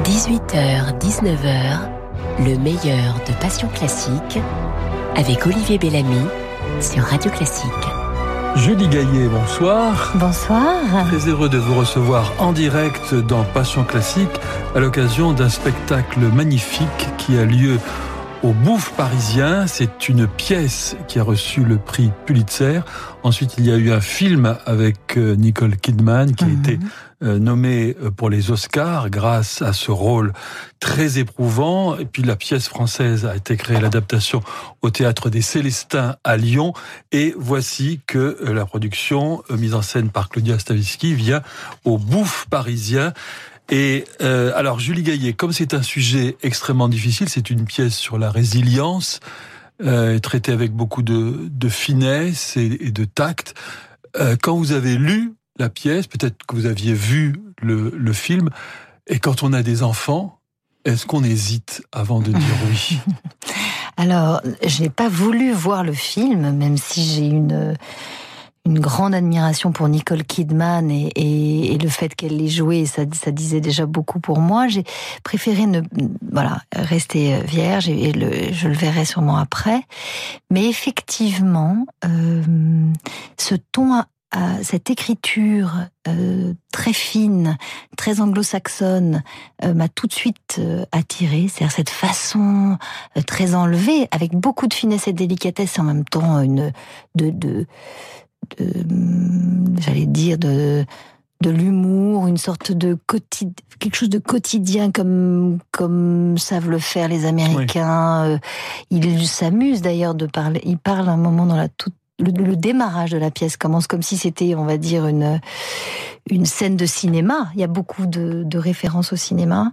18h, 19h, le meilleur de Passion Classique avec Olivier Bellamy sur Radio Classique. Julie Gaillet, bonsoir. Bonsoir. Très heureux de vous recevoir en direct dans Passion Classique à l'occasion d'un spectacle magnifique qui a lieu au Bouffe parisien. C'est une pièce qui a reçu le prix Pulitzer. Ensuite, il y a eu un film avec Nicole Kidman qui a été nommé pour les Oscars grâce à ce rôle très éprouvant. Et puis la pièce française a été créée, l'adaptation au Théâtre des Célestins à Lyon. Et voici que la production, mise en scène par Claudia Stavisky, vient au Bouffe parisien. Et alors Julie Gaillet, comme c'est un sujet extrêmement difficile, c'est une pièce sur la résilience, traitée avec beaucoup de finesse et de tact. Quand vous avez lu la pièce, peut-être que vous aviez vu le film, et quand on a des enfants, est-ce qu'on hésite avant de dire oui ? Alors, je n'ai pas voulu voir le film, même si j'ai une grande admiration pour Nicole Kidman et le fait qu'elle l'ait joué, ça disait déjà beaucoup pour moi. J'ai préféré rester vierge et je le verrai sûrement après. Mais effectivement, ce ton, cette écriture très fine, très anglo-saxonne, m'a tout de suite attirée. C'est-à-dire cette façon très enlevée, avec beaucoup de finesse et de délicatesse, en même temps j'allais dire de l'humour, une sorte de quelque chose de quotidien comme savent le faire les Américains. Oui. Ils s'amusent d'ailleurs de parler. Ils parlent un moment dans le démarrage de la pièce commence comme si c'était, on va dire, une scène de cinéma. Il y a beaucoup de références au cinéma.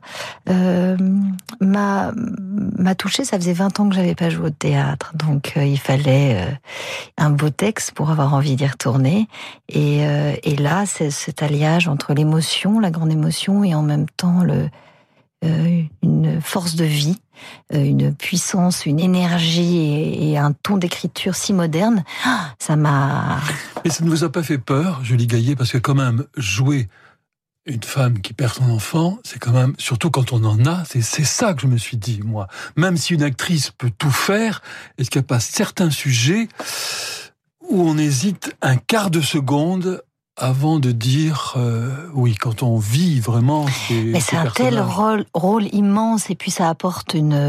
M'a touchée, ça faisait 20 ans que j'avais pas joué au théâtre, donc il fallait un beau texte pour avoir envie d'y retourner. Et là, c'est cet alliage entre l'émotion, la grande émotion, et en même temps une force de vie, une puissance, une énergie et un ton d'écriture si moderne, ça m'a... Et ça ne vous a pas fait peur, Julie Gaillet, parce que quand même, jouer une femme qui perd son enfant, c'est quand même, surtout quand on en a, c'est ça que je me suis dit, moi. Même si une actrice peut tout faire, est-ce qu'il n'y a pas certains sujets où on hésite un quart de seconde avant de dire oui, quand on vit vraiment mais c'est un tel rôle immense, et puis ça apporte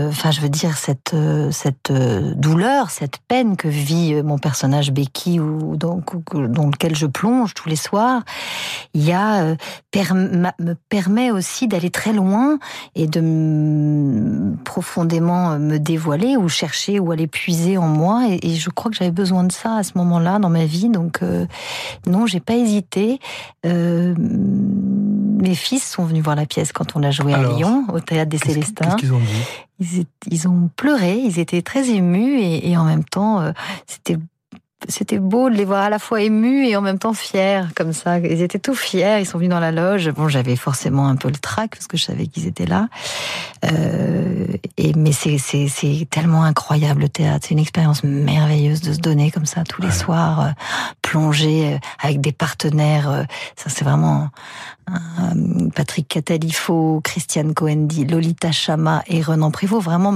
cette douleur, cette peine que vit mon personnage Becky, dans lequel je plonge tous les soirs. Il y a me permet aussi d'aller très loin et de profondément me dévoiler ou chercher ou aller puiser en moi, et je crois que j'avais besoin de ça à ce moment-là dans ma vie, donc non, j'ai pas hésité. Mes fils sont venus voir la pièce quand on l'a jouée à Lyon, au Théâtre des Célestins. Qu'est-ce qu'ils ont dit ? Ils ont pleuré, ils étaient très émus, et en même temps, c'était beau de les voir à la fois émus et en même temps fiers, comme ça. Ils étaient tout fiers, ils sont venus dans la loge. Bon, j'avais forcément un peu le trac, parce que je savais qu'ils étaient là. Mais c'est tellement incroyable, le théâtre. C'est une expérience merveilleuse de se donner comme ça, tous les soirs, plonger avec des partenaires. Ça, c'est vraiment... Patrick Catalifo, Christiane Coendi, Lolita Chama et Renan Prévost, vraiment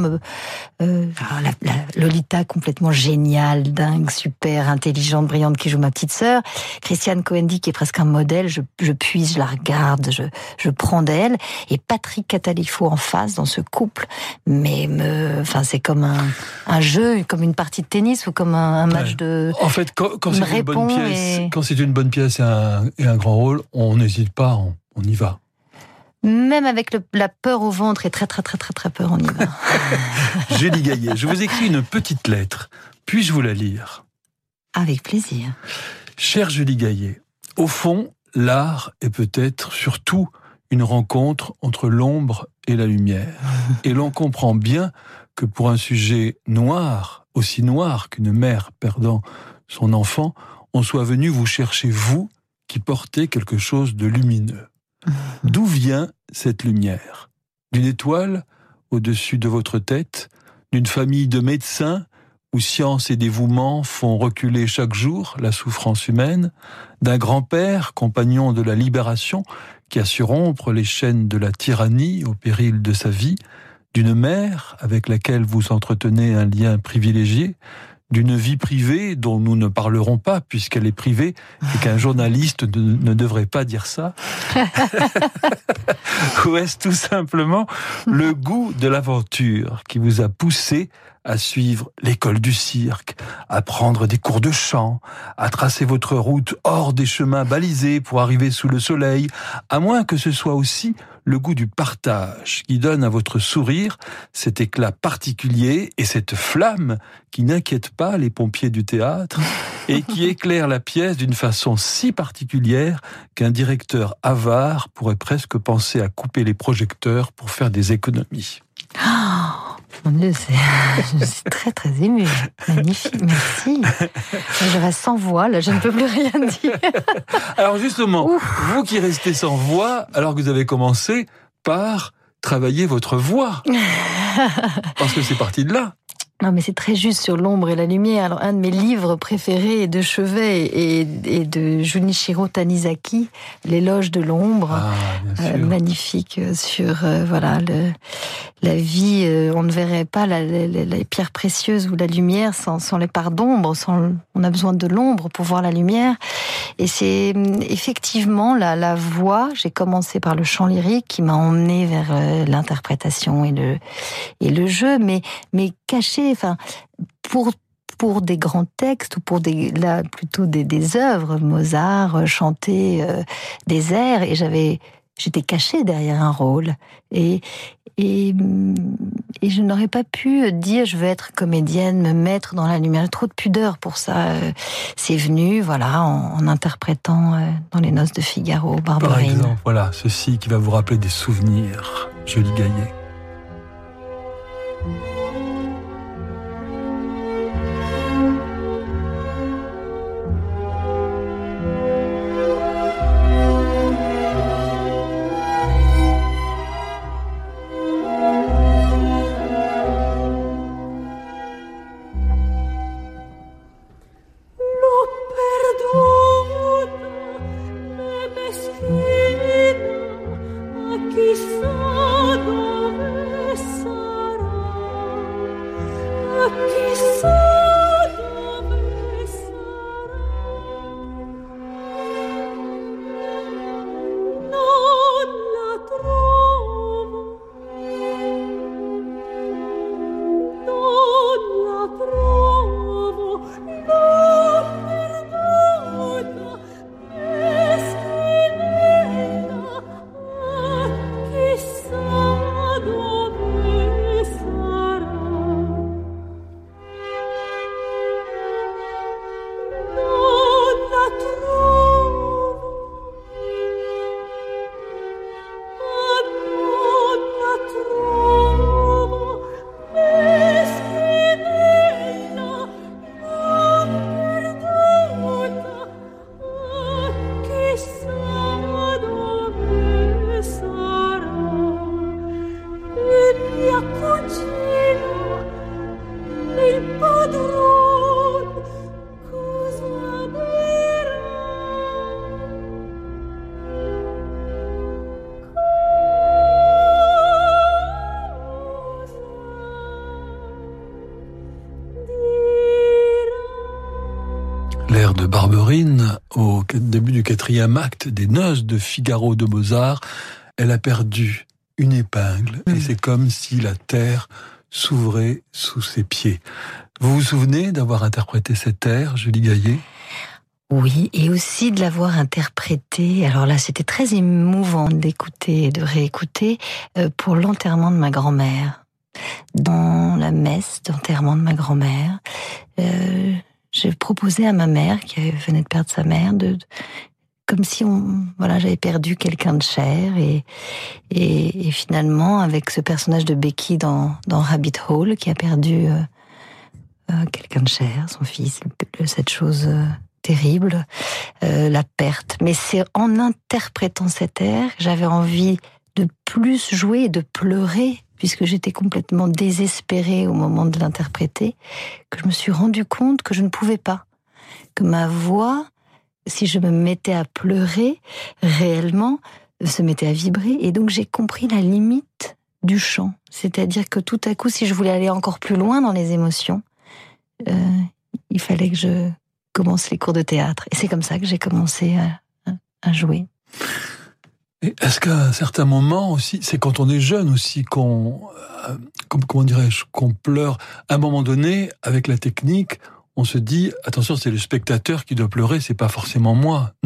Lolita complètement géniale, dingue, super intelligente, brillante, qui joue ma petite sœur. Christiane Coendi qui est presque un modèle, je puise, je la regarde, je prends d'elle, et Patrick Catalifo en face dans ce couple, c'est comme un jeu, comme une partie de tennis ou comme un match de... En fait, quand c'est une bonne pièce, quand c'est une bonne pièce et un grand rôle, on n'hésite pas. On y va. Même avec la peur au ventre et très très très très très peur, on y va. Julie Gaillet, je vous écris une petite lettre. Puis-je vous la lire ? Avec plaisir. Chère Julie Gaillet, au fond, l'art est peut-être surtout une rencontre entre l'ombre et la lumière. Et l'on comprend bien que pour un sujet noir, aussi noir qu'une mère perdant son enfant, on soit venu vous chercher, vous, qui portez quelque chose de lumineux. D'où vient cette lumière ? D'une étoile au-dessus de votre tête ? D'une famille de médecins où science et dévouement font reculer chaque jour la souffrance humaine, d'un grand-père, compagnon de la libération, qui a su rompre les chaînes de la tyrannie au péril de sa vie, d'une mère avec laquelle vous entretenez un lien privilégié, d'une vie privée dont nous ne parlerons pas puisqu'elle est privée et qu'un journaliste ne devrait pas dire ça. Ou est-ce tout simplement le goût de l'aventure qui vous a poussé à suivre l'école du cirque, à prendre des cours de chant, à tracer votre route hors des chemins balisés pour arriver sous le soleil, à moins que ce soit aussi le goût du partage qui donne à votre sourire cet éclat particulier et cette flamme qui n'inquiète pas les pompiers du théâtre et qui éclaire la pièce d'une façon si particulière qu'un directeur avare pourrait presque penser à couper les projecteurs pour faire des économies. Mon Dieu, je suis très très émue. Magnifique, merci. Je reste sans voix, là, je ne peux plus rien dire. Alors justement, vous qui restez sans voix, alors que vous avez commencé par travailler votre voix. Parce que c'est parti de là. Non, mais c'est très juste sur l'ombre et la lumière. Alors, un de mes livres préférés de chevet et de Junichiro Tanizaki, L'éloge de l'ombre, magnifique sur voilà la vie. On ne verrait pas les pierres précieuses ou la lumière sans les parts d'ombre. On a besoin de l'ombre pour voir la lumière. Et c'est effectivement la voix. J'ai commencé par le chant lyrique qui m'a emmené vers l'interprétation et le jeu, mais caché. Enfin, pour des grands textes ou pour plutôt des œuvres, Mozart chantait des airs et j'étais cachée derrière un rôle et je n'aurais pas pu dire je veux être comédienne, me mettre dans la lumière. Trop de pudeur pour ça. C'est venu, voilà, en interprétant dans les Noces de Figaro, Barberine. Par exemple, voilà, ceci qui va vous rappeler des souvenirs, Julie Gaillet. L'air de Barberine, au début du 4e acte des Noces de Figaro de Mozart, elle a perdu une épingle et c'est comme si la terre s'ouvrait sous ses pieds. Vous vous souvenez d'avoir interprété cet air, Julie Gaillet ? Oui, et aussi de l'avoir interprété. Alors là, c'était très émouvant d'écouter et de réécouter pour l'enterrement de ma grand-mère. Dans la messe d'enterrement de ma grand-mère, j'ai proposé à ma mère, qui venait de perdre sa mère, comme si j'avais perdu quelqu'un de cher et finalement avec ce personnage de Becky dans Rabbit Hole qui a perdu quelqu'un de cher, son fils, cette chose terrible, la perte. Mais c'est en interprétant cet air que j'avais envie plus jouer et de pleurer, puisque j'étais complètement désespérée au moment de l'interpréter, que je me suis rendu compte que je ne pouvais pas. Que ma voix, si je me mettais à pleurer, réellement, se mettait à vibrer. Et donc j'ai compris la limite du chant. C'est-à-dire que tout à coup, si je voulais aller encore plus loin dans les émotions, il fallait que je commence les cours de théâtre. Et c'est comme ça que j'ai commencé à jouer. Et est-ce qu'à un certain moment aussi, c'est quand on est jeune aussi qu'on, comment dirais-je, qu'on pleure. À un moment donné, avec la technique, on se dit, attention, c'est le spectateur qui doit pleurer, c'est pas forcément moi, non ?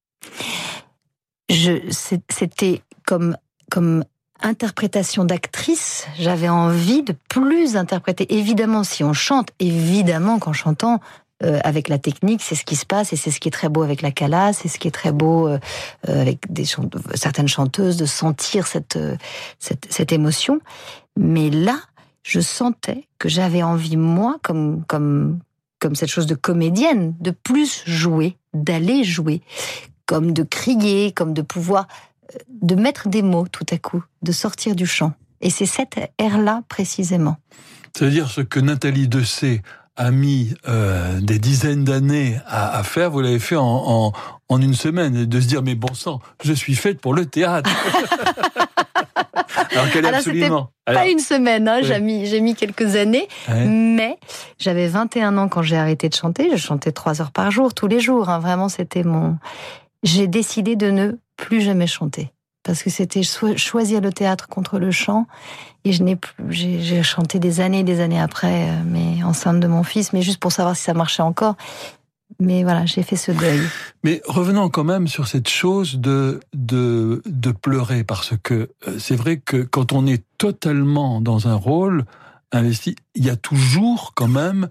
C'était comme interprétation d'actrice, j'avais envie de plus interpréter. Évidemment, si on chante, évidemment qu'en chantant, avec la technique, c'est ce qui se passe, et c'est ce qui est très beau avec la Cala, c'est ce qui est très beau avec certaines chanteuses, de sentir cette émotion. Mais là, je sentais que j'avais envie, moi, comme cette chose de comédienne, de plus jouer, d'aller jouer, comme de crier, comme de pouvoir, de mettre des mots tout à coup, de sortir du chant. Et c'est cette ère-là précisément. C'est-à-dire ce que Nathalie Dessay a mis des dizaines d'années à faire, vous l'avez fait en une semaine, et de se dire, mais bon sang, je suis faite pour le théâtre. Alors qu'elle est absolument... Pas une semaine, hein, oui. J'ai mis quelques années, ouais. Mais j'avais 21 ans quand j'ai arrêté de chanter, je chantais 3 heures par jour, tous les jours, hein, vraiment c'était J'ai décidé de ne plus jamais chanter. Parce que c'était choisir le théâtre contre le chant. Et j'ai chanté des années après, mais enceinte de mon fils, mais juste pour savoir si ça marchait encore. Mais voilà, j'ai fait ce deuil. Mais revenons quand même sur cette chose de pleurer, parce que c'est vrai que quand on est totalement dans un rôle investi, il y a toujours quand même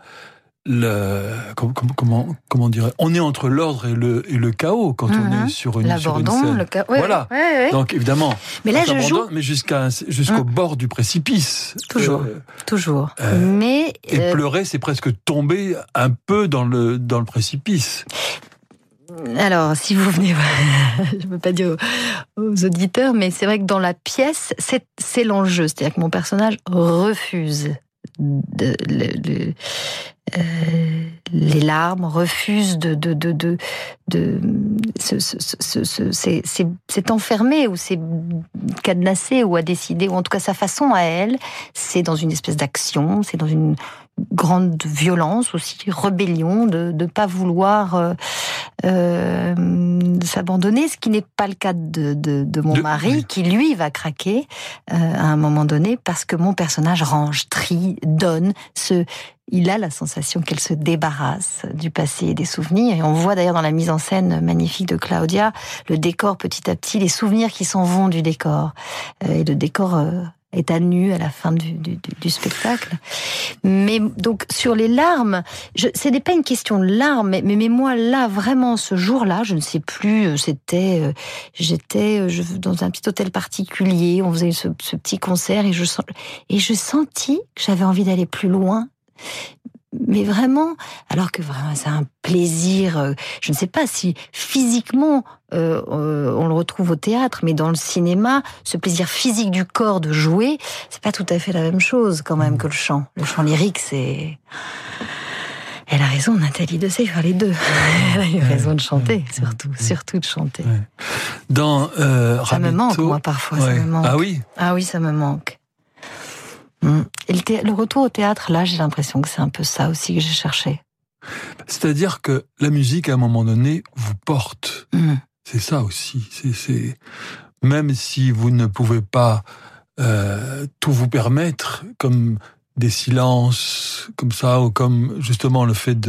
comment dirais, on est entre l'ordre et le chaos quand on est sur une scène. Le chaos. Voilà. Ouais. Donc évidemment, mais là je joue, mais jusqu'au bord du précipice. Toujours. Mais et pleurer, c'est presque tomber un peu dans le précipice. Alors, si vous venez, je ne peux pas dire aux auditeurs, mais c'est vrai que dans la pièce, c'est l'enjeu. C'est-à-dire que mon personnage refuse les larmes, refuse c'est enfermé ou c'est cadenassé ou à décider, ou en tout cas sa façon à elle, c'est dans une espèce d'action, c'est dans une grande violence aussi, rébellion, de pas vouloir s'abandonner, ce qui n'est pas le cas de mon mari, qui lui va craquer à un moment donné, parce que mon personnage range, trie, donne, il a la sensation qu'elle se débarrasse du passé et des souvenirs. Et on voit d'ailleurs dans la mise en scène magnifique de Claudia, le décor petit à petit, les souvenirs qui s'en vont du décor. Et le décor est à nu à la fin du spectacle. Mais donc sur les larmes, ce n'est pas une question de larmes, mais moi là vraiment ce jour-là, je ne sais plus, j'étais dans un petit hôtel particulier, on faisait ce petit concert et je sentis que j'avais envie d'aller plus loin. Mais vraiment, alors que vraiment c'est un plaisir, je ne sais pas si physiquement on le retrouve au théâtre, mais dans le cinéma, ce plaisir physique du corps de jouer, c'est pas tout à fait la même chose quand même que le chant. Le chant lyrique, c'est... Elle a raison, Nathalie Dessay, faire les deux. Elle a eu raison de chanter, surtout de chanter. Ouais. Dans ça me manque, moi, parfois, ça me manque. Ah oui ? Ah oui, ça me manque. Et le retour au théâtre, là, j'ai l'impression que c'est un peu ça aussi que j'ai cherché. C'est-à-dire que la musique, à un moment donné, vous porte. C'est ça aussi. C'est même si vous ne pouvez pas tout vous permettre, comme des silences, comme ça, ou comme justement le fait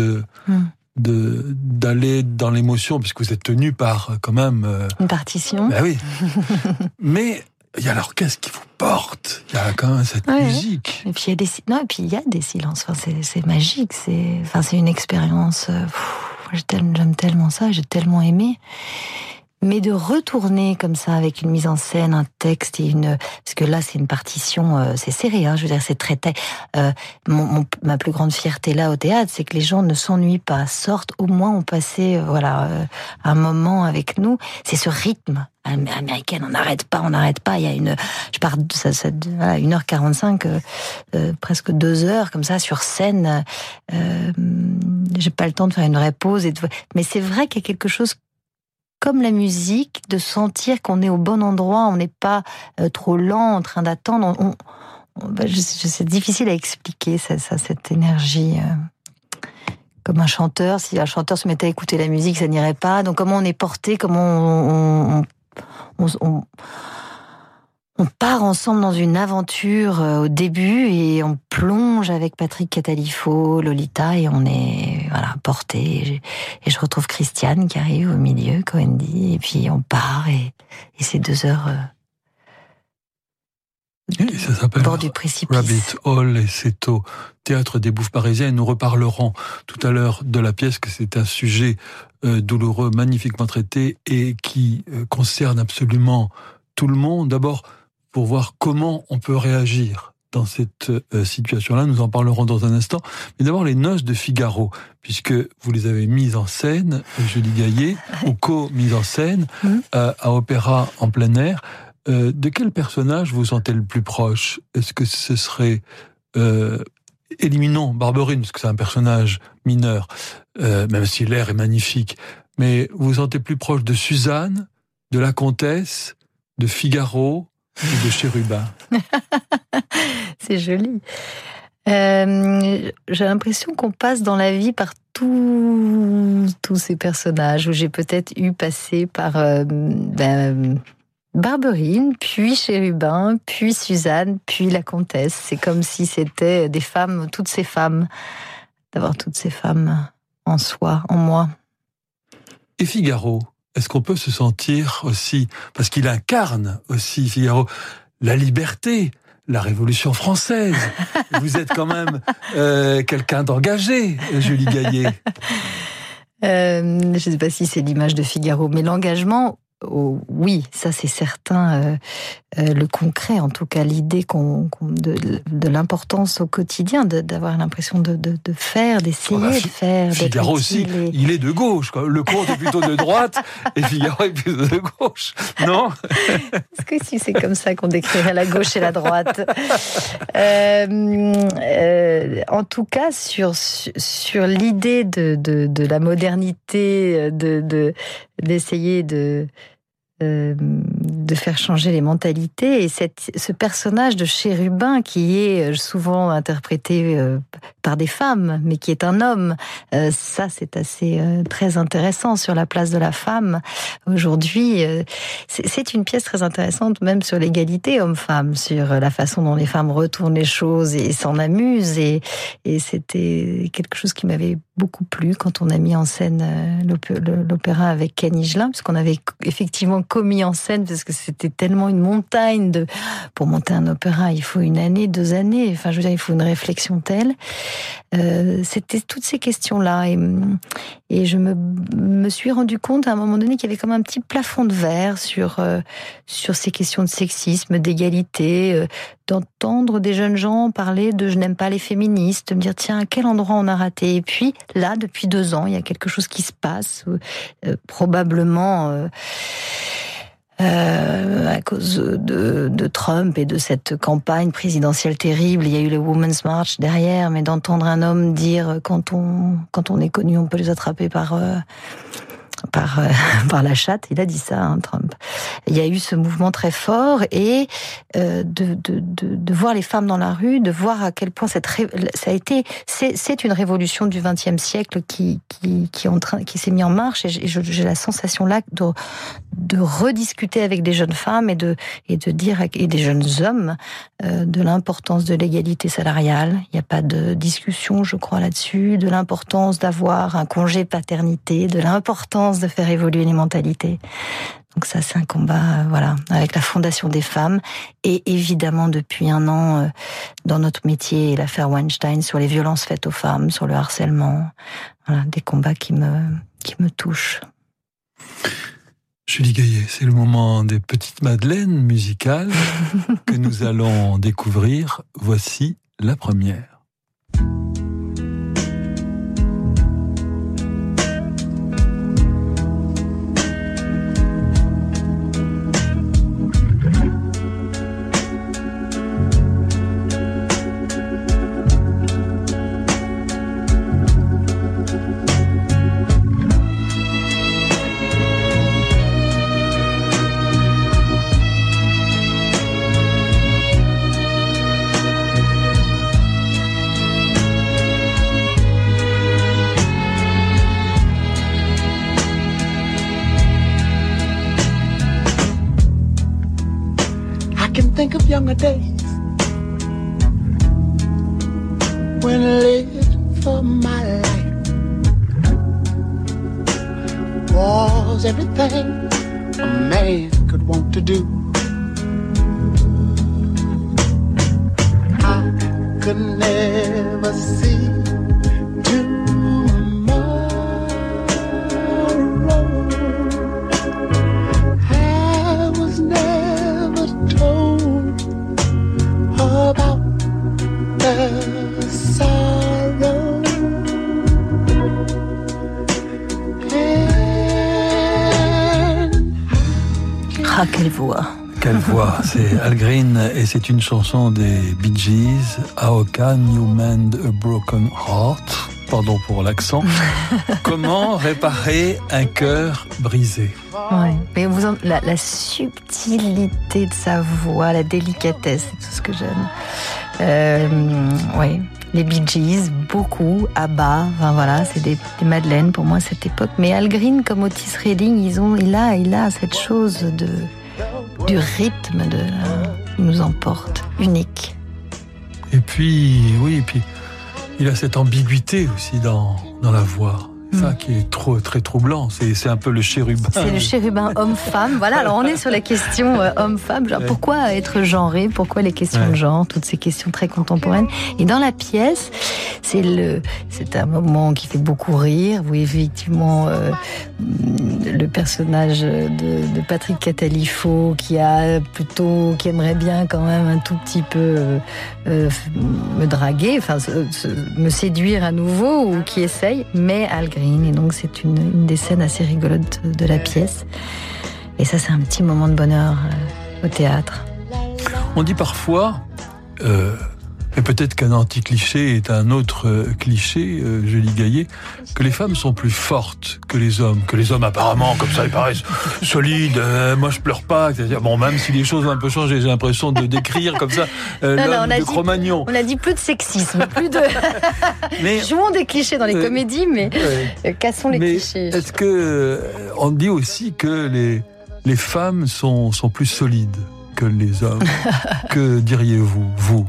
d'aller dans l'émotion, puisque vous êtes tenu par quand même une partition. Ben oui. Mais il y a l'orchestre qui vous porte. Il y a quand même cette musique. Et puis il y a des silences. Enfin, c'est magique. C'est une expérience. J'aime tellement ça. J'ai tellement aimé. Mais de retourner comme ça avec une mise en scène, un texte et parce que là c'est une partition, c'est serré, je veux dire c'est très ma plus grande fierté là au théâtre, c'est que les gens ne s'ennuient pas, sortent, au moins ont passé un moment avec nous. C'est ce rythme américain, on n'arrête pas. Il y a je pars de 1h45, presque 2 heures comme ça sur scène. J'ai pas le temps de faire une vraie pause mais c'est vrai qu'il y a quelque chose comme la musique, de sentir qu'on est au bon endroit, on n'est pas trop lent en train d'attendre. C'est difficile à expliquer cette énergie. Comme un chanteur, si un chanteur se mettait à écouter la musique, ça n'irait pas. Donc comment on est porté, comment on part ensemble dans une aventure au début et on plonge avec Patrick Catalifo, Lolita, et on est porté. Et je retrouve Christiane qui arrive au milieu, Coendi, et puis on part et c'est 2 heures et ça s'appelle bord du précipice. Rabbit Hole, et c'est au Théâtre des Bouffes Parisiens. Et nous reparlerons tout à l'heure de la pièce, que c'est un sujet douloureux, magnifiquement traité et qui concerne absolument tout le monde. D'abord, pour voir comment on peut réagir dans cette situation-là. Nous en parlerons dans un instant. Mais d'abord, les Noces de Figaro, puisque vous les avez mises en scène, Julie Gaillet, ou co-mises en scène, à Opéra en plein air. De quel personnage vous sentez le plus proche ? Est-ce que ce serait... éliminons Barberine, parce que c'est un personnage mineur, même si l'air est magnifique. Mais vous vous sentez plus proche de Suzanne, de la Comtesse, de Figaro ou de Chérubin ? C'est joli. J'ai l'impression qu'on passe dans la vie par tous ces personnages, où j'ai peut-être eu passé par Barberine, puis Chérubin, puis Suzanne, puis la Comtesse. C'est comme si c'était des femmes, toutes ces femmes, d'avoir toutes ces femmes en soi, en moi. Et Figaro, est-ce qu'on peut se sentir aussi, parce qu'il incarne aussi, Figaro, la liberté, la Révolution française. Vous êtes quand même quelqu'un d'engagé, Julie Gaillet. Je ne sais pas si c'est l'image de Figaro, mais l'engagement, oui, ça c'est certain. Le concret, en tout cas, l'idée de l'importance au quotidien, d'avoir l'impression de faire, d'essayer de faire. Figaro aussi, il est de gauche, quoi. Le comte est plutôt de droite et Figaro est plutôt de gauche, non ? Est-ce que si c'est comme ça qu'on décrirait la gauche et la droite ? En tout cas, sur l'idée de la modernité, d'essayer de faire changer les mentalités, et ce personnage de Chérubin qui est souvent interprété par des femmes, mais qui est un homme, ça c'est assez très intéressant sur la place de la femme aujourd'hui. C'est une pièce très intéressante même sur l'égalité homme-femme, sur la façon dont les femmes retournent les choses et s'en amusent, et c'était quelque chose qui m'avait beaucoup plu quand on a mis en scène l'opéra avec Ken Higelin, parce qu'on avait effectivement commis en scène, parce que c'était tellement une montagne pour monter un opéra, il faut 1 année, 2 années, enfin je veux dire, il faut une réflexion telle. C'était toutes ces questions-là, et je me suis rendu compte à un moment donné qu'il y avait comme un petit plafond de verre sur ces questions de sexisme, d'égalité, d'entendre des jeunes gens parler de « je n'aime pas les féministes », de me dire « tiens, à quel endroit on a raté ?» Et puis là, depuis 2 ans, il y a quelque chose qui se passe, probablement à cause de Trump et de cette campagne présidentielle terrible. Il y a eu le Women's March derrière, mais d'entendre un homme dire quand on est connu, on peut les attraper par la chatte, il a dit ça, Trump. Il y a eu ce mouvement très fort, et de voir les femmes dans la rue, de voir à quel point c'est une révolution du XXe siècle qui s'est mise en marche, et j'ai la sensation là de rediscuter avec des jeunes femmes et de dire, et des jeunes hommes, de l'importance de l'égalité salariale. Il n'y a pas de discussion, je crois, là-dessus, de l'importance d'avoir un congé paternité, de l'importance de faire évoluer les mentalités. Donc ça, c'est un combat, avec la Fondation des femmes, et évidemment depuis 1 an dans notre métier, l'affaire Weinstein sur les violences faites aux femmes, sur le harcèlement. Voilà, des combats qui me touchent. Julie Gaillet, c'est le moment des petites madeleines musicales que nous allons découvrir. Voici la première. Think of younger days when I lived for my life was everything a man could want to do. I could never see tomorrow. I was never told about the sorrow. Ah, quelle voix! Quelle voix! C'est Al Green et c'est une chanson des Bee Gees. How can you mend a broken heart? Pardon pour l'accent. Comment réparer un cœur brisé? Ouais. Mais la subtilité de sa voix, la délicatesse, c'est tout ce que j'aime. Ouais. Les Bee Gees, beaucoup, ABBA, enfin voilà, c'est des madeleines pour moi à cette époque. Mais Al Green comme Otis Redding, il a cette chose du rythme il nous emporte, unique. Et puis, il a cette ambiguïté aussi dans la voix. Ça qui est très troublant. C'est un peu le chérubin. C'est le chérubin homme-femme. Voilà, alors on est sur la question homme-femme. Genre, pourquoi être genré? Pourquoi les questions de genre? Toutes ces questions très contemporaines. Et dans la pièce, c'est un moment qui fait beaucoup rire, où effectivement le personnage de Patrick Catalifo qui aimerait bien quand même un tout petit peu me draguer, enfin me séduire à nouveau, ou qui essaye, mais Al Green. Et donc c'est une des scènes assez rigolotes de la pièce. Et ça, c'est un petit moment de bonheur au théâtre. On dit parfois, et peut-être qu'un anti-cliché est un autre cliché, Julie Gaillet, que les femmes sont plus fortes que les hommes. Que les hommes, apparemment, comme ça, ils paraissent solides. Moi, je pleure pas. C'est-à-dire, bon, même si les choses ont un peu changé, j'ai l'impression de décrire comme ça l'homme de Cro-Magnon. On a dit plus de sexisme, plus de... Jouons des clichés dans les comédies, mais cassons les clichés. Est-ce que on dit aussi que les femmes sont plus solides que les hommes? Que diriez-vous, vous?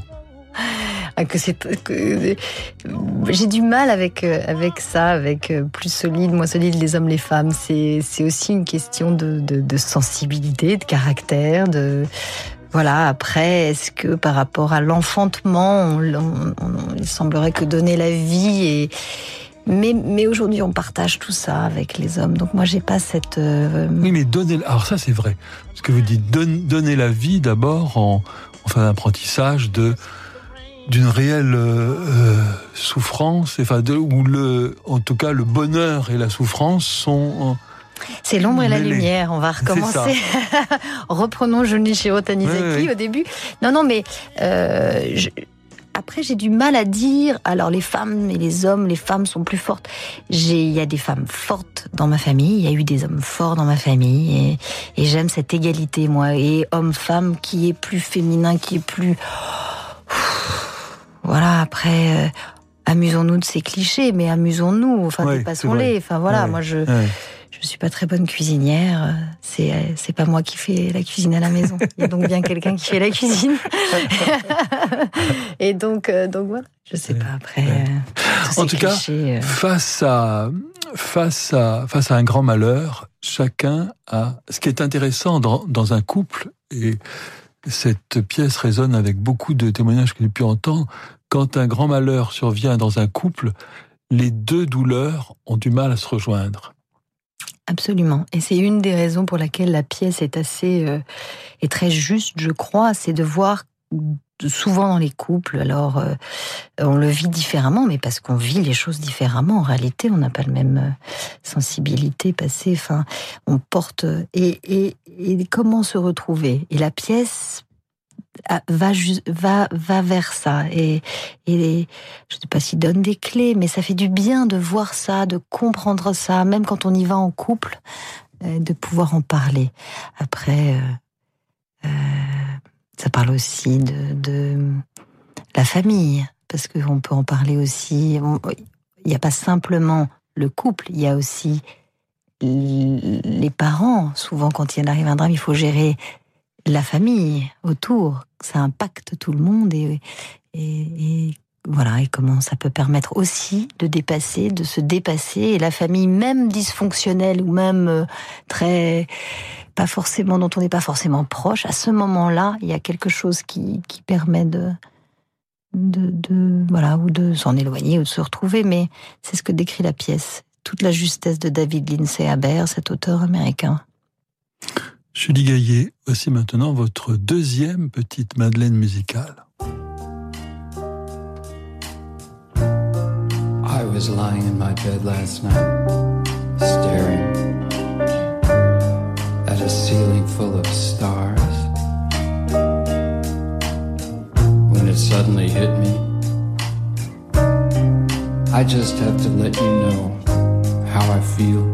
J'ai du mal avec ça, avec plus solide, moins solide, les hommes, les femmes. C'est aussi une question de sensibilité, de caractère, voilà. Après, est-ce que par rapport à l'enfantement, il semblerait que donner la vie mais aujourd'hui, on partage tout ça avec les hommes. Donc moi, j'ai pas cette... Oui, mais alors ça, c'est vrai. Ce que vous dites, donner la vie d'abord en fait un apprentissage d'une réelle souffrance, enfin en tout cas le bonheur et la souffrance sont... C'est l'ombre et la lumière, on va recommencer. Reprenons Junichiro Tanizaki au début. Non, mais après j'ai du mal à dire, alors les femmes et les hommes, les femmes sont plus fortes. Il y a des femmes fortes dans ma famille, il y a eu des hommes forts dans ma famille, et j'aime cette égalité, moi, et homme-femme qui est plus féminin, qui est plus... Voilà, après, amusons-nous de ces clichés, mais amusons-nous, enfin, dépassons-les. Enfin, voilà, moi, je suis pas très bonne cuisinière, c'est pas moi qui fais la cuisine à la maison. Il y a donc bien quelqu'un qui fait la cuisine. Et donc voilà, je sais pas, après, en tout clichés, cas, face à un grand malheur, chacun a... Ce qui est intéressant dans un couple, et cette pièce résonne avec beaucoup de témoignages que j'ai pu entendre, quand un grand malheur survient dans un couple, les deux douleurs ont du mal à se rejoindre. Absolument. Et c'est une des raisons pour laquelle la pièce est est très juste, je crois, c'est de voir souvent dans les couples, alors on le vit différemment, mais parce qu'on vit les choses différemment. En réalité, on n'a pas la même sensibilité passée. Enfin, on porte et comment se retrouver. Et la pièce va vers ça et je sais pas s'il donne des clés, mais ça fait du bien de voir ça, de comprendre ça, même quand on y va en couple, de pouvoir en parler. Après, ça parle aussi de la famille, parce qu'on peut en parler aussi. Il n'y a pas simplement le couple, il y a aussi les parents. Souvent, quand il arrive un drame, il faut gérer la famille autour, ça impacte tout le monde et voilà, et comment ça peut permettre aussi de se dépasser, et la famille même dysfonctionnelle ou même pas forcément, dont on n'est pas forcément proche, à ce moment-là, il y a quelque chose qui permet voilà, ou de s'en éloigner ou de se retrouver, mais c'est ce que décrit la pièce. Toute la justesse de David Lindsay Abaire, cet auteur américain. Julie Gaillet, voici maintenant votre deuxième petite Madeleine musicale. I was lying in my bed last night, staring at a ceiling full of stars, when it suddenly hit me. I just have to let you know how I feel.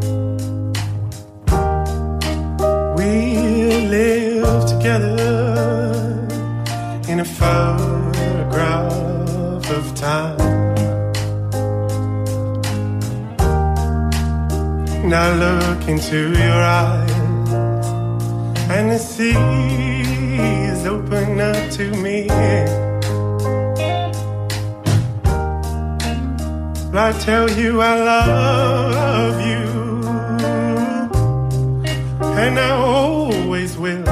We live together in a photograph of time. Now look into your eyes and the seas open up to me. I tell you I love you, and I always will.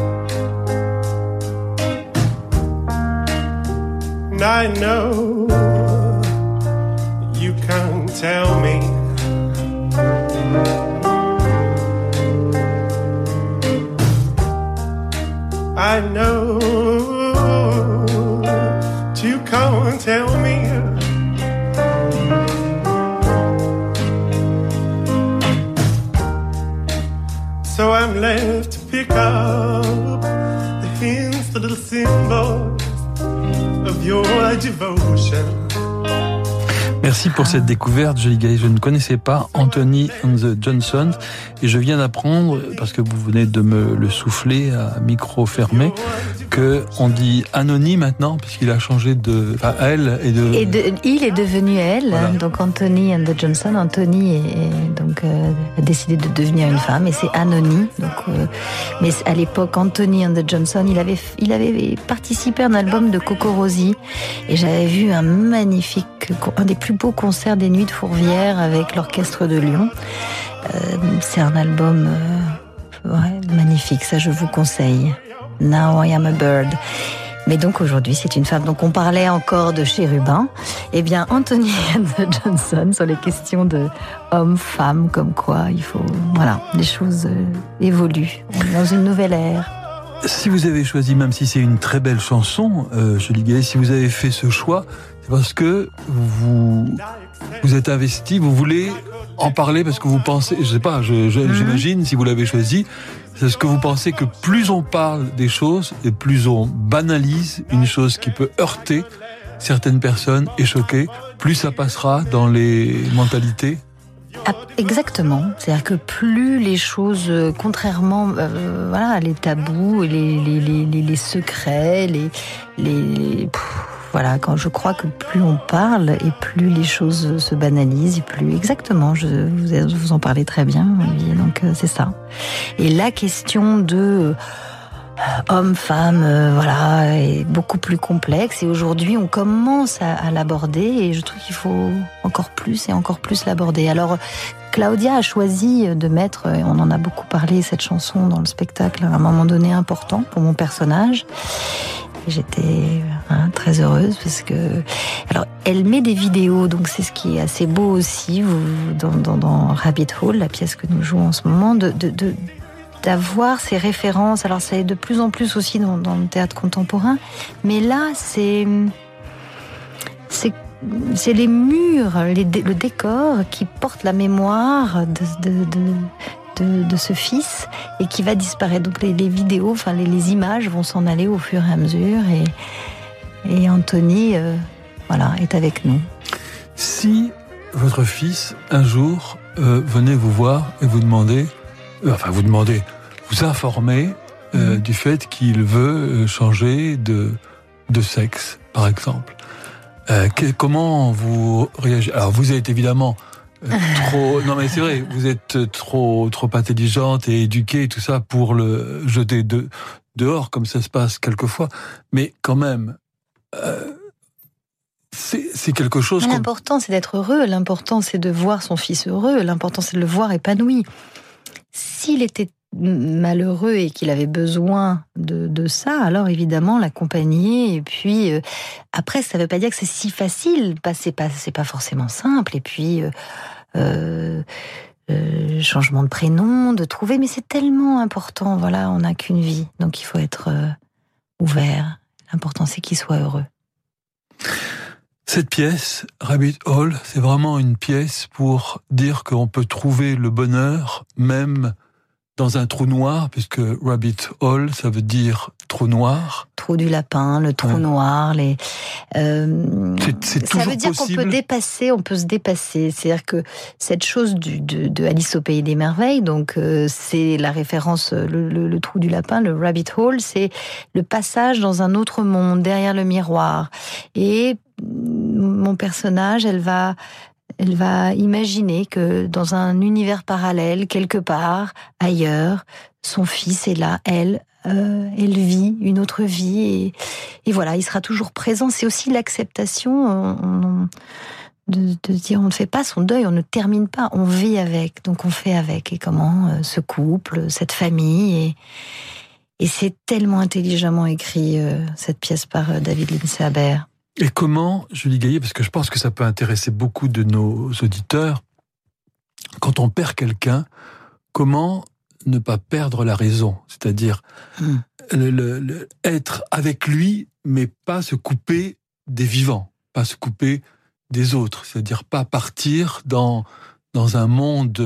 And I know you can't tell me. I know you can't tell me. So I'm left to pick up the hints, the little symbols of your devotion. Merci pour cette découverte, Julie Gaillet. Je ne connaissais pas Anthony and the Johnsons et je viens d'apprendre, parce que vous venez de me le souffler à micro fermé, que on dit Anony maintenant, puisqu'il a changé de... Enfin, elle et de... Il est devenu elle, voilà. Donc Anthony and the Johnson. Anthony a décidé de devenir une femme et c'est Anony. Mais à l'époque, Anthony and the Johnson, il avait participé à un album de Coco Rosie et j'avais vu un des plus beaux concerts des Nuits de Fourvière avec l'Orchestre de Lyon. C'est un album magnifique, ça je vous conseille. Now I am a bird. Mais donc aujourd'hui c'est une femme. Donc on parlait encore de chérubin. Eh bien Anthony and the Johnson sur les questions de homme-femme, comme quoi il faut, voilà, les choses évoluent. On est dans une nouvelle ère. Si vous avez choisi, même si c'est une très belle chanson, Julie Gaillet, si vous avez fait ce choix, c'est parce que vous êtes investi, vous voulez en parler parce que vous pensez, je sais pas, j'imagine, si vous l'avez choisi, c'est ce que vous pensez que plus on parle des choses et plus on banalise une chose qui peut heurter certaines personnes et choquer, plus ça passera dans les mentalités. Exactement. C'est-à-dire que plus les choses, contrairement, les tabous, les secrets, voilà, quand je crois que plus on parle et plus les choses se banalisent, et plus exactement, vous en parlez très bien, Olivier, donc c'est ça. Et la question de homme-femme, est beaucoup plus complexe et aujourd'hui on commence à l'aborder et je trouve qu'il faut encore plus l'aborder. Alors Claudia a choisi de mettre, on en a beaucoup parlé, cette chanson dans le spectacle à un moment donné important pour mon personnage. Et j'étais Hein, très heureuse parce que alors elle met des vidéos, donc c'est ce qui est assez beau aussi dans Rabbit Hole, la pièce que nous jouons en ce moment, d'avoir ces références. Alors ça est de plus en plus aussi dans le théâtre contemporain, mais là c'est les murs, le décor qui porte la mémoire de ce fils et qui va disparaître. Donc les vidéos, enfin les images vont s'en aller au fur et à mesure et Anthony est avec nous. Si votre fils un jour venait vous voir et vous informer du fait qu'il veut changer de sexe, par exemple, comment vous réagissez? Alors vous êtes évidemment trop... Non mais c'est vrai, vous êtes trop intelligente et éduquée et tout ça pour le jeter dehors comme ça se passe quelquefois. Mais quand même, c'est quelque chose... L'important c'est d'être heureux, l'important c'est de voir son fils heureux, l'important c'est de le voir épanoui. S'il était malheureux et qu'il avait besoin de ça, alors évidemment l'accompagner. Et puis après, ça ne veut pas dire que c'est si facile, c'est pas forcément simple. Et puis changement de prénom, de trouver, mais c'est tellement important. Voilà, on n'a qu'une vie, donc il faut être ouvert. L'important c'est qu'il soit heureux. Cette pièce, Rabbit Hole, c'est vraiment une pièce pour dire qu'on peut trouver le bonheur même dans un trou noir, puisque Rabbit Hole, ça veut dire trou noir. Trou du lapin, le trou noir, c'est ça veut dire possible. On peut se dépasser. C'est-à-dire que cette chose de Alice au pays des merveilles, donc c'est la référence, le trou du lapin, le Rabbit Hole, c'est le passage dans un autre monde, derrière le miroir. Et mon personnage, elle va imaginer que dans un univers parallèle, quelque part, ailleurs, son fils est là, elle vit une autre vie, et voilà, il sera toujours présent. C'est aussi l'acceptation de dire on ne fait pas son deuil, on ne termine pas, on vit avec, donc on fait avec. Et comment ce couple, cette famille, et c'est tellement intelligemment écrit, cette pièce par David Lindsay-Abaire. Et comment, Julie Gaillet, parce que je pense que ça peut intéresser beaucoup de nos auditeurs, quand on perd quelqu'un, comment ne pas perdre la raison? C'est-à-dire être avec lui, mais pas se couper des vivants, pas se couper des autres. C'est-à-dire pas partir dans un monde...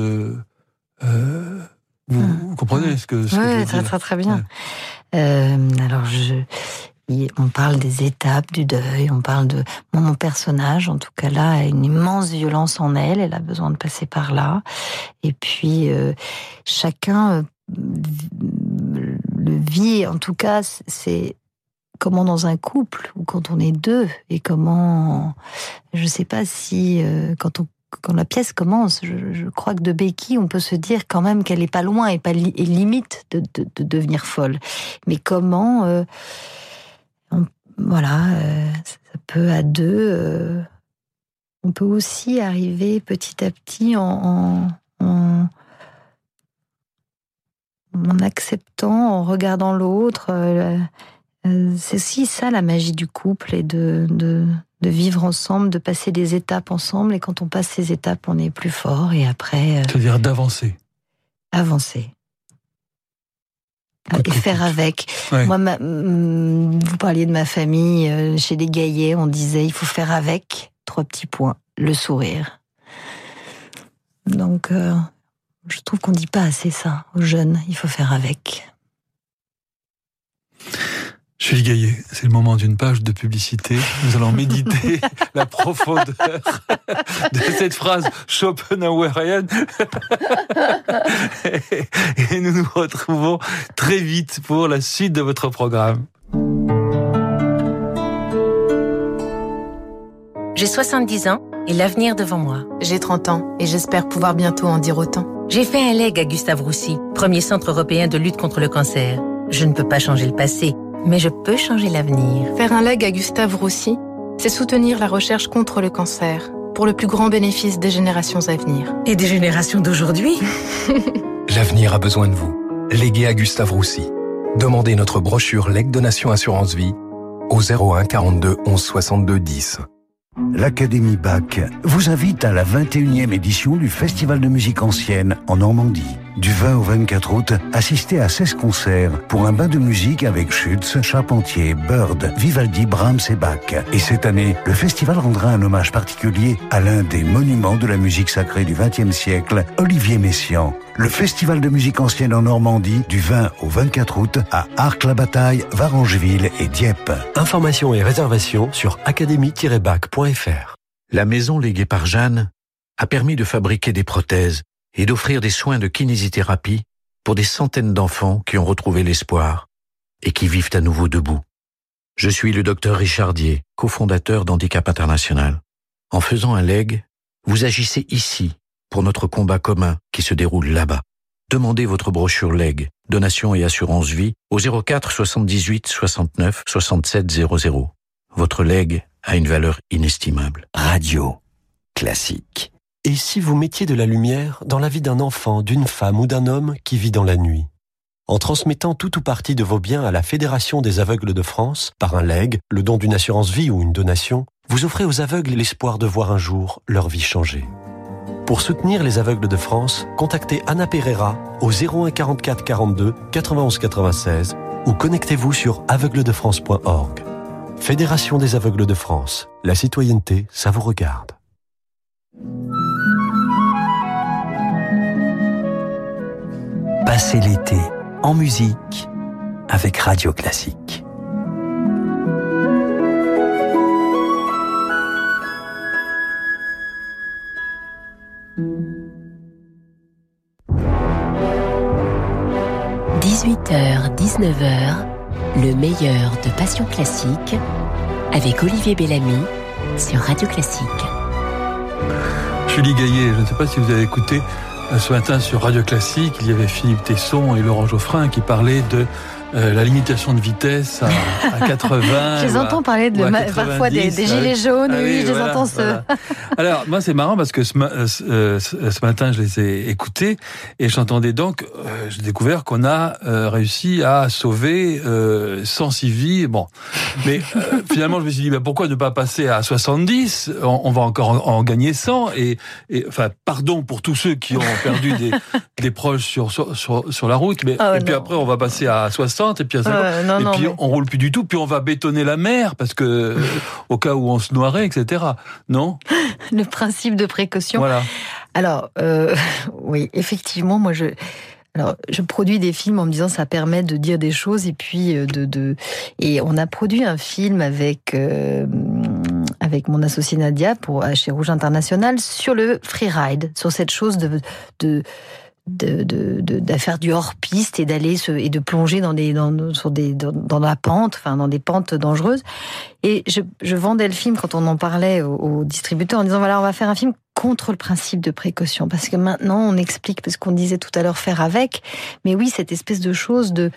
vous comprenez ce que je veux dire? Très très bien. Ouais. Alors on parle des étapes du deuil, on parle de... Mon personnage, en tout cas là, a une immense violence en elle a besoin de passer par là. Et puis, chacun le vit, en tout cas, c'est comment dans un couple, ou quand on est deux, et comment... Je sais pas si, quand la pièce commence, je crois que de Becky, on peut se dire quand même qu'elle est pas loin et limite de devenir folle. Mais comment... ça peut à deux. On peut aussi arriver petit à petit en acceptant, en regardant l'autre. C'est aussi ça la magie du couple, et de vivre ensemble, de passer des étapes ensemble. Et quand on passe ces étapes, on est plus fort. Et après, c'est-à-dire d'avancer. Avancer. Et faire avec. Ouais. Moi, vous parliez de ma famille, chez les Gaillet, on disait il faut faire avec, 3 petits points, le sourire. Donc, je trouve qu'on dit pas assez ça aux jeunes, il faut faire avec. Julie Gaillet, c'est le moment d'une page de publicité. Nous allons méditer la profondeur de cette phrase schopenhauerienne. Et nous nous retrouvons très vite pour la suite de votre programme. J'ai 70 ans et l'avenir devant moi. J'ai 30 ans et j'espère pouvoir bientôt en dire autant. J'ai fait un leg à Gustave Roussy, premier centre européen de lutte contre le cancer. Je ne peux pas changer le passé, mais je peux changer l'avenir. Faire un leg à Gustave Roussy, c'est soutenir la recherche contre le cancer, pour le plus grand bénéfice des générations à venir. Et des générations d'aujourd'hui. L'avenir a besoin de vous. Léguez à Gustave Roussy. Demandez notre brochure Leg Donation Assurance Vie au 01 42 11 62 10. L'Académie Bach vous invite à la 21e édition du Festival de musique ancienne en Normandie. Du 20 au 24 août, assistez à 16 concerts pour un bain de musique avec Schütz, Charpentier, Bird, Vivaldi, Brahms et Bach. Et cette année, le festival rendra un hommage particulier à l'un des monuments de la musique sacrée du XXe siècle, Olivier Messiaen. Le Festival de musique ancienne en Normandie, du 20 au 24 août, à Arques-la-Bataille, Varangeville et Dieppe. Informations et réservations sur académie-bac.fr. La maison léguée par Jeanne a permis de fabriquer des prothèses et d'offrir des soins de kinésithérapie pour des centaines d'enfants qui ont retrouvé l'espoir et qui vivent à nouveau debout. Je suis le docteur Richard Dier, cofondateur d'Handicap International. En faisant un leg, vous agissez ici pour notre combat commun qui se déroule là-bas. Demandez votre brochure leg, donation et assurance vie au 04 78 69 67 00. Votre leg a une valeur inestimable. Radio classique. Et si vous mettiez de la lumière dans la vie d'un enfant, d'une femme ou d'un homme qui vit dans la nuit? En transmettant tout ou partie de vos biens à la Fédération des aveugles de France, par un leg, le don d'une assurance vie ou une donation, vous offrez aux aveugles l'espoir de voir un jour leur vie changer. Pour soutenir les aveugles de France, contactez Anna Pereira au 01 44 42 91 96 ou connectez-vous sur aveugledefrance.org. Fédération des aveugles de France. La citoyenneté, ça vous regarde. Passez l'été en musique avec Radio Classique. – 18h, 19h, le meilleur de Passion Classique avec Olivier Bellamy sur Radio Classique. Julie Gaillet, je ne sais pas si vous avez écouté ce matin sur Radio Classique, il y avait Philippe Tesson et Laurent Geoffrin qui parlaient de la limitation de vitesse à 80. Je les entends parler parfois des gilets jaunes, oui, je les entends. Voilà. Alors, moi, c'est marrant parce que ce matin, je les ai écoutés et j'entendais donc, j'ai découvert qu'on a réussi à sauver 106 vies. Bon, mais finalement, je me suis dit, pourquoi ne pas passer à 70 ? On va encore en gagner 100 et enfin, pardon pour tous ceux qui ont perdu des proches sur la route, mais puis après, on va passer à 60. Et puis, on roule plus du tout, puis on va bétonner la mer parce que au cas où on se noierait, etc. Non ? Le principe de précaution. Voilà. Alors, oui, effectivement, moi je produis des films en me disant ça permet de dire des choses et puis et on a produit un film avec mon associé Nadia chez Rouge International sur le freeride, sur cette chose de faire du hors-piste et d'aller et de plonger dans la pente, enfin dans des pentes dangereuses. Et je vendais le film quand on en parlait aux distributeurs en disant voilà, on va faire un film contre le principe de précaution, parce que maintenant on explique, parce qu'on disait tout à l'heure faire avec, mais oui, cette espèce de chose de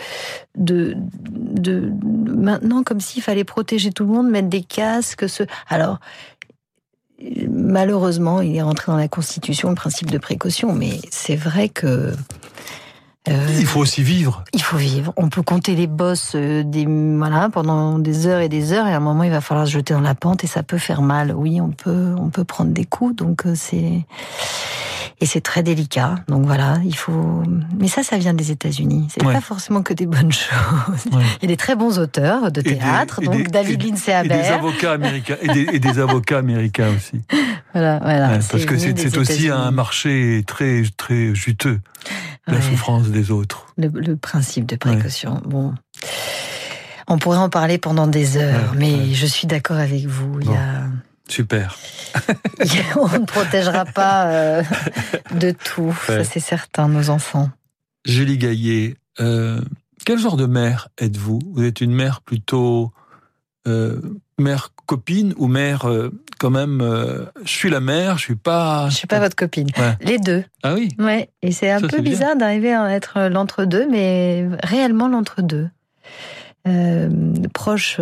maintenant comme s'il fallait protéger tout le monde, mettre des casques, alors malheureusement, il est rentré dans la Constitution le principe de précaution, mais c'est vrai que il faut aussi vivre. Il faut vivre. On peut compter les bosses pendant des heures, et à un moment, il va falloir se jeter dans la pente et ça peut faire mal. Oui, on peut prendre des coups, donc c'est très délicat. Donc voilà, il faut. Mais ça vient des États-Unis. C'est pas forcément que des bonnes choses. Ouais. Il y a des très bons auteurs de théâtre, David Lindsay Abaire. Et des avocats américains, et des avocats américains aussi. Voilà. Ouais, parce que c'est aussi un marché très, très juteux. La souffrance des autres. Le principe de précaution. Ouais. Bon. On pourrait en parler pendant des heures, mais je suis d'accord avec vous. Bon. Super. On ne protégera pas de tout, ça c'est certain, nos enfants. Julie Gaillet, quel genre de mère êtes-vous ? Vous êtes une mère plutôt mère copine ou mère quand même je suis la mère, je suis pas votre copine. Ouais. Les deux. Ah oui. Ouais, et c'est un peu bizarre d'arriver à être l'entre-deux, mais réellement l'entre-deux. proches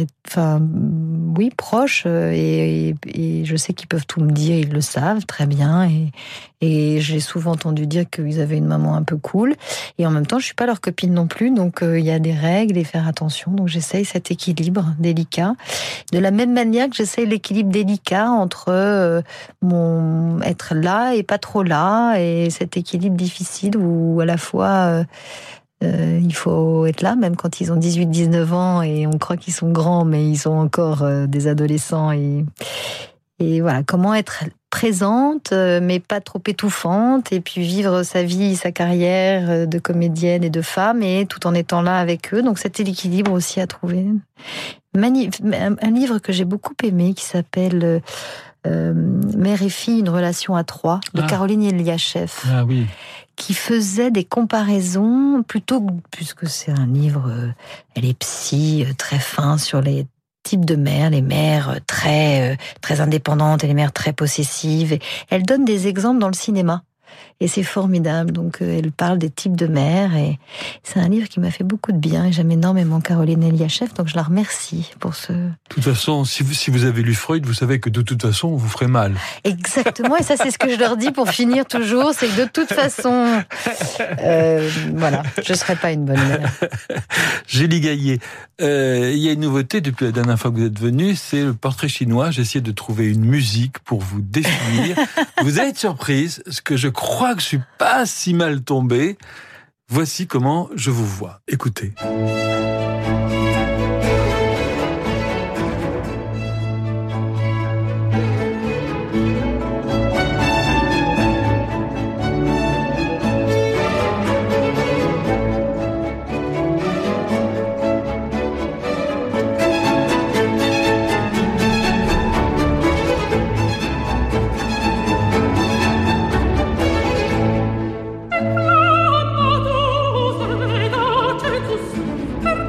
proches, et je sais qu'ils peuvent tout me dire, ils le savent très bien, et j'ai souvent entendu dire qu'ils avaient une maman un peu cool, et en même temps je suis pas leur copine non plus, donc il y a des règles et faire attention, donc j'essaye cet équilibre délicat, de la même manière que j'essaye l'équilibre délicat entre mon être là et pas trop là, et cet équilibre difficile où à la fois il faut être là, même quand ils ont 18-19 ans et on croit qu'ils sont grands, mais ils sont encore des adolescents. Et voilà, comment être présente, mais pas trop étouffante, et puis vivre sa vie, sa carrière de comédienne et de femme, et tout en étant là avec eux. Donc c'était l'équilibre aussi à trouver. Un livre que j'ai beaucoup aimé, qui s'appelle Mère et fille, une relation à trois, de Caroline Eliachev. Ah oui. Qui faisait des comparaisons, puisque c'est un livre, elle est psy, très fin sur les types de mères, les mères très indépendantes et les mères très possessives. Et elle donne des exemples dans le cinéma. Et c'est formidable. Donc, elle parle des types de mères. Et c'est un livre qui m'a fait beaucoup de bien. Et j'aime énormément Caroline Eliachev. Donc, je la remercie pour ce... De toute façon, si vous avez lu Freud, vous savez que de toute façon, on vous ferait mal. Exactement. Et ça, c'est ce que je leur dis pour finir toujours. C'est que de toute façon, voilà, je ne serai pas une bonne mère. Gélie Gaillet, il y a une nouveauté depuis la dernière fois que vous êtes venu, c'est le portrait chinois. J'ai essayé de trouver une musique pour vous définir. Vous allez être surprise, parce que je crois que je suis pas si mal tombé. Voici comment je vous vois. Écoutez. Thank you.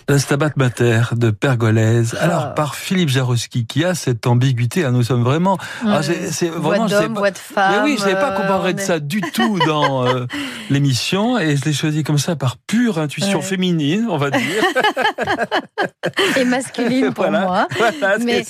La Stabat Mater de Pergolèse. Alors, par Philippe Jaroussky, qui a cette ambiguïté. Nous sommes vraiment... c'est vraiment, voix d'homme, voix de femme. Mais oui, je ne savais pas qu'on parlerait de ça du tout dans l'émission. Et je l'ai choisi comme ça par pure intuition féminine, on va dire. Et masculine pour moi. Voilà, mais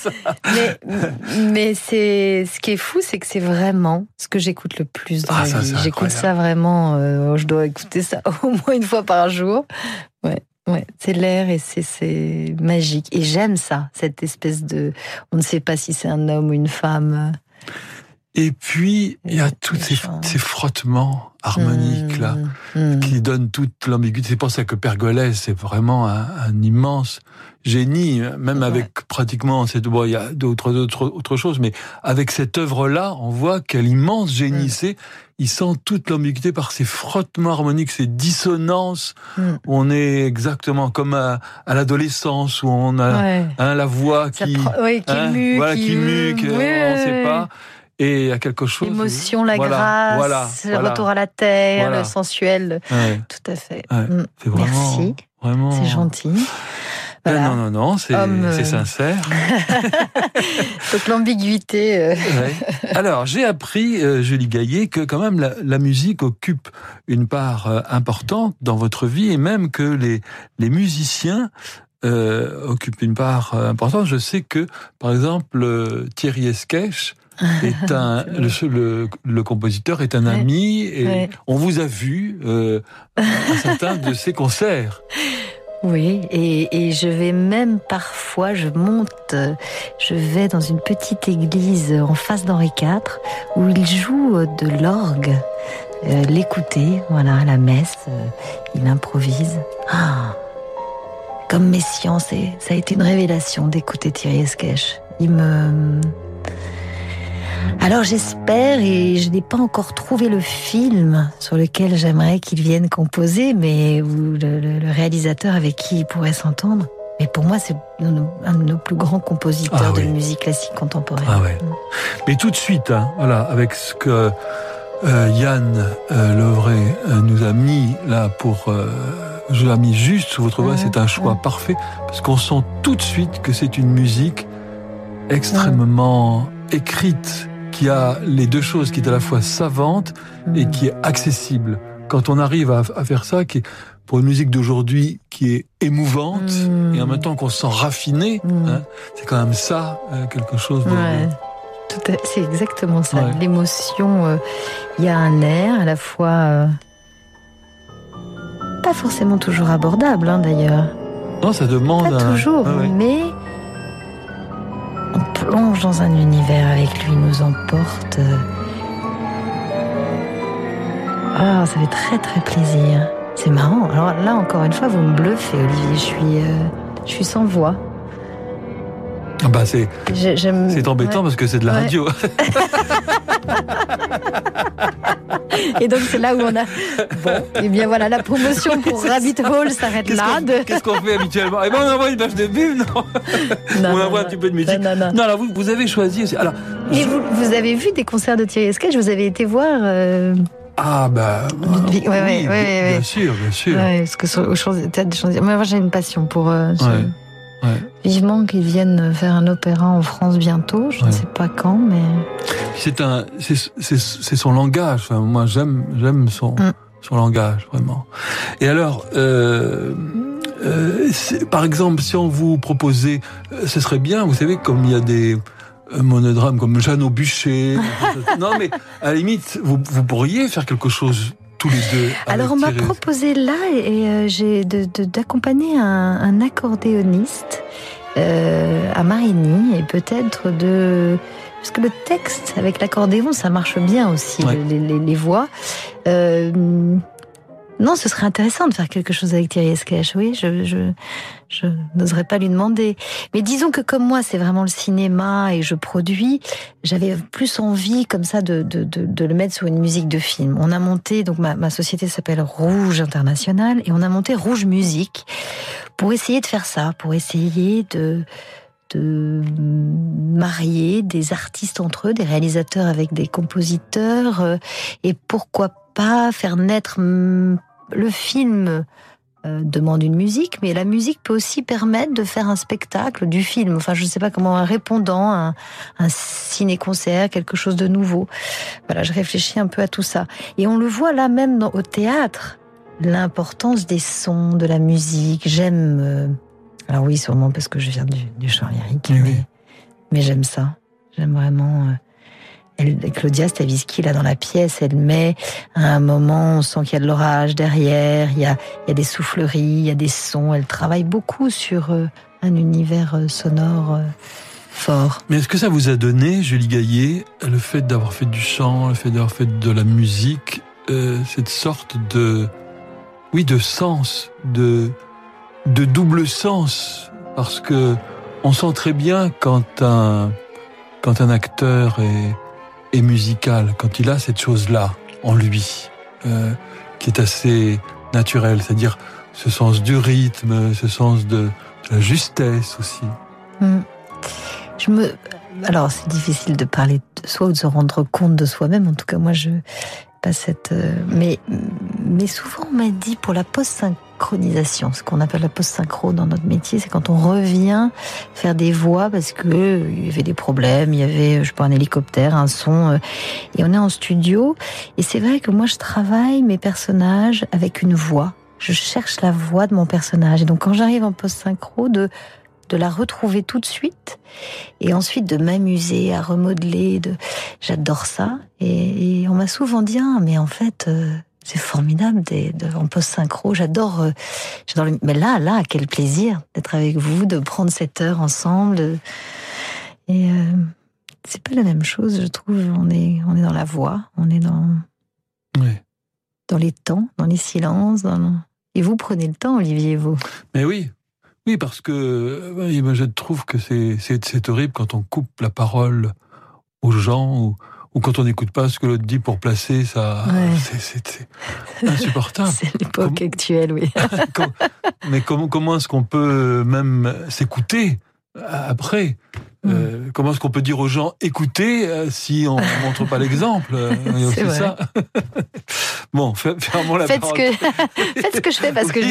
c'est ce qui est fou, c'est que c'est vraiment ce que j'écoute le plus dans la vie. J'écoute ça vraiment. Je dois écouter ça au moins une fois par jour. Ouais, c'est l'air et c'est magique. Et j'aime ça, cette espèce de... On ne sait pas si c'est un homme ou une femme. Et puis, il y a tous ces frottements harmoniques, là, qui donnent toute l'ambiguïté. C'est pour ça que Pergolèse, c'est vraiment un immense génie, même avec pratiquement... il y a d'autres choses, mais avec cette œuvre-là, on voit quel immense génie c'est. Il sent toute l'ambiguïté par ces frottements harmoniques, ces dissonances, où on est exactement comme à l'adolescence, où on a la voix qui mue, on ne sait pas. Et il y a quelque chose... L'émotion, la grâce, le retour à la terre, le sensuel. Tout à fait. C'est vraiment, merci, vraiment... c'est gentil. Voilà. Non, c'est sincère. Donc l'ambiguïté... Alors, j'ai appris, Julie Gaillet, que quand même la musique occupe une part importante dans votre vie, et même que les musiciens occupent une part importante. Je sais que, par exemple, Thierry Esquèche, le compositeur est un ami, et on vous a vu à certains de ses concerts. Oui, et je vais même parfois, je vais dans une petite église en face d'Henri IV, où il joue de l'orgue, l'écouter, à la messe, il improvise. Comme Messiaen, ça a été une révélation d'écouter Thierry Esquèche. Alors j'espère, et je n'ai pas encore trouvé le film sur lequel j'aimerais qu'il vienne composer, mais où le réalisateur avec qui il pourrait s'entendre. Mais pour moi, c'est un de nos plus grands compositeurs de musique classique contemporaine. Mais tout de suite, avec ce que Yann Lovray nous a mis là je l'ai mis juste sous votre voix, c'est un choix parfait, parce qu'on sent tout de suite que c'est une musique extrêmement écrite, qui a les deux choses, qui est à la fois savante et qui est accessible. Quand on arrive à faire ça, qui est, pour une musique d'aujourd'hui, qui est émouvante, et en même temps qu'on se sent raffiné, c'est quand même ça, quelque chose de... C'est exactement ça. L'émotion, il y a un air à la fois... pas forcément toujours abordable, d'ailleurs. Non, ça demande... Pas toujours, mais... on plonge dans un univers avec lui, nous emporte. Ça fait très très plaisir. C'est marrant. Alors là, encore une fois, vous me bluffez, Olivier. Je suis sans voix. C'est embêtant parce que c'est de la radio. Et donc c'est là où on a... et bien voilà, la promotion pour Rabbit Hole s'arrête là. Qu'est-ce qu'on fait habituellement ? On envoie une bâche de pub, non, on envoie un petit peu de musique. Non, alors vous avez choisi... Alors, mais vous avez vu des concerts de Thierry Esquèche ? Vous avez été voir... Ludwig, oui, bien sûr. Parce que au Théâtre des Champs-Élysées... Moi, j'ai une passion pour... Vivement qu'ils viennent faire un opéra en France bientôt, je ne sais pas quand, mais... C'est son langage, moi j'aime son langage, vraiment. Et alors, par exemple, si on vous proposait, ce serait bien, vous savez, comme il y a des monodrames comme Jeanne au bûcher, non mais à la limite, vous pourriez faire quelque chose... tous les deux. Alors on m'a proposé là d'accompagner un accordéoniste à Marigny, et peut-être parce que le texte avec l'accordéon ça marche bien aussi, les voix. Non, ce serait intéressant de faire quelque chose avec Thierry Esquèche. Oui, je n'oserais pas lui demander. Mais disons que comme moi, c'est vraiment le cinéma et je produis, j'avais plus envie comme ça de le mettre sur une musique de film. On a monté, donc ma société s'appelle Rouge International, et on a monté Rouge Musique pour essayer de faire ça, pour essayer de marier des artistes entre eux, des réalisateurs avec des compositeurs, et pourquoi pas faire naître le film demande une musique, mais la musique peut aussi permettre de faire un spectacle du film. Enfin, je ne sais pas comment, un répondant, un ciné-concert, quelque chose de nouveau. Voilà, je réfléchis un peu à tout ça. Et on le voit là même au théâtre, l'importance des sons, de la musique. J'aime... alors oui, sûrement parce que je viens du chant lyrique, mais j'aime ça. J'aime vraiment... Claudia Stavisky, là, dans la pièce, elle met, à un moment, on sent qu'il y a de l'orage derrière, il y a des souffleries, il y a des sons. Elle travaille beaucoup sur un univers sonore fort. Mais est-ce que ça vous a donné, Julie Gaillet, le fait d'avoir fait du chant, le fait d'avoir fait de la musique, cette sorte de sens, de double sens? Parce que on sent très bien quand un acteur est musical, quand il a cette chose-là en lui, qui est assez naturelle, c'est-à-dire ce sens du rythme, ce sens de la justesse aussi. Alors, c'est difficile de parler de soi ou de se rendre compte de soi-même. En tout cas, moi, je pas cette. Mais souvent, on m'a dit pour la post-synchronisation, ce qu'on appelle la post-synchro dans notre métier, c'est quand on revient faire des voix parce que il y avait des problèmes, il y avait, je sais pas, un hélicoptère, un son, et on est en studio. Et c'est vrai que moi, je travaille mes personnages avec une voix. Je cherche la voix de mon personnage. Et donc, quand j'arrive en post-synchro, de la retrouver tout de suite et ensuite de m'amuser à remodeler. J'adore ça. Et on m'a souvent dit, mais en fait, c'est formidable en post-synchro. J'adore. Mais là, quel plaisir d'être avec vous, de prendre cette heure ensemble. Et c'est pas la même chose, je trouve. On est dans la voix, on est dans les temps, dans les silences. Et vous prenez le temps, Olivier, vous. Mais oui. Oui, parce que je trouve que c'est horrible quand on coupe la parole aux gens ou quand on n'écoute pas ce que l'autre dit pour placer ça. C'est insupportable. C'est l'époque actuelle, oui. Mais comment est-ce qu'on peut même s'écouter après? Comment est-ce qu'on peut dire aux gens écoutez si on ne montre pas l'exemple? C'est vrai. Ça. Bon, fermons la parole. Faites ce que je fais parce que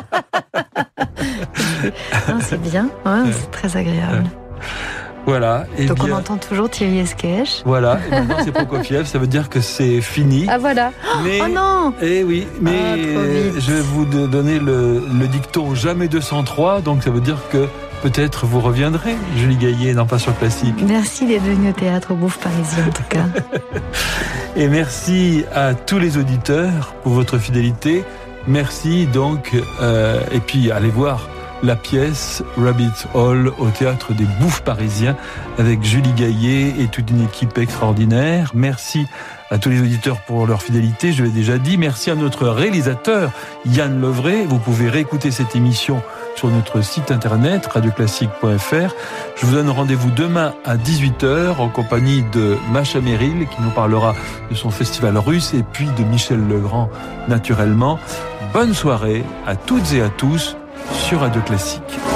c'est bien, c'est très agréable. Voilà. Donc on entend toujours Thierry Esquèche. Voilà, et maintenant c'est Prokofiev, ça veut dire que c'est fini. Ah voilà. Oh non. Eh oui, mais je vais vous donner le dicton jamais 203, donc ça veut dire que peut-être vous reviendrez, Julie Gaillet, dans Passion Classique. Merci d'être venu au théâtre au Bouffe Parisien, en tout cas. Et merci à tous les auditeurs pour votre fidélité. Merci donc, et puis allez voir la pièce Rabbit Hole au Théâtre des Bouffes Parisiens avec Julie Gaillet et toute une équipe extraordinaire. Merci à tous les auditeurs pour leur fidélité, je l'ai déjà dit. Merci à notre réalisateur Yann Lovray. Vous pouvez réécouter cette émission sur notre site internet radioclassique.fr. Je vous donne rendez-vous demain à 18h en compagnie de Macha Merrill qui nous parlera de son festival russe et puis de Michel Legrand naturellement. Bonne soirée à toutes et à tous sur Radio Classique.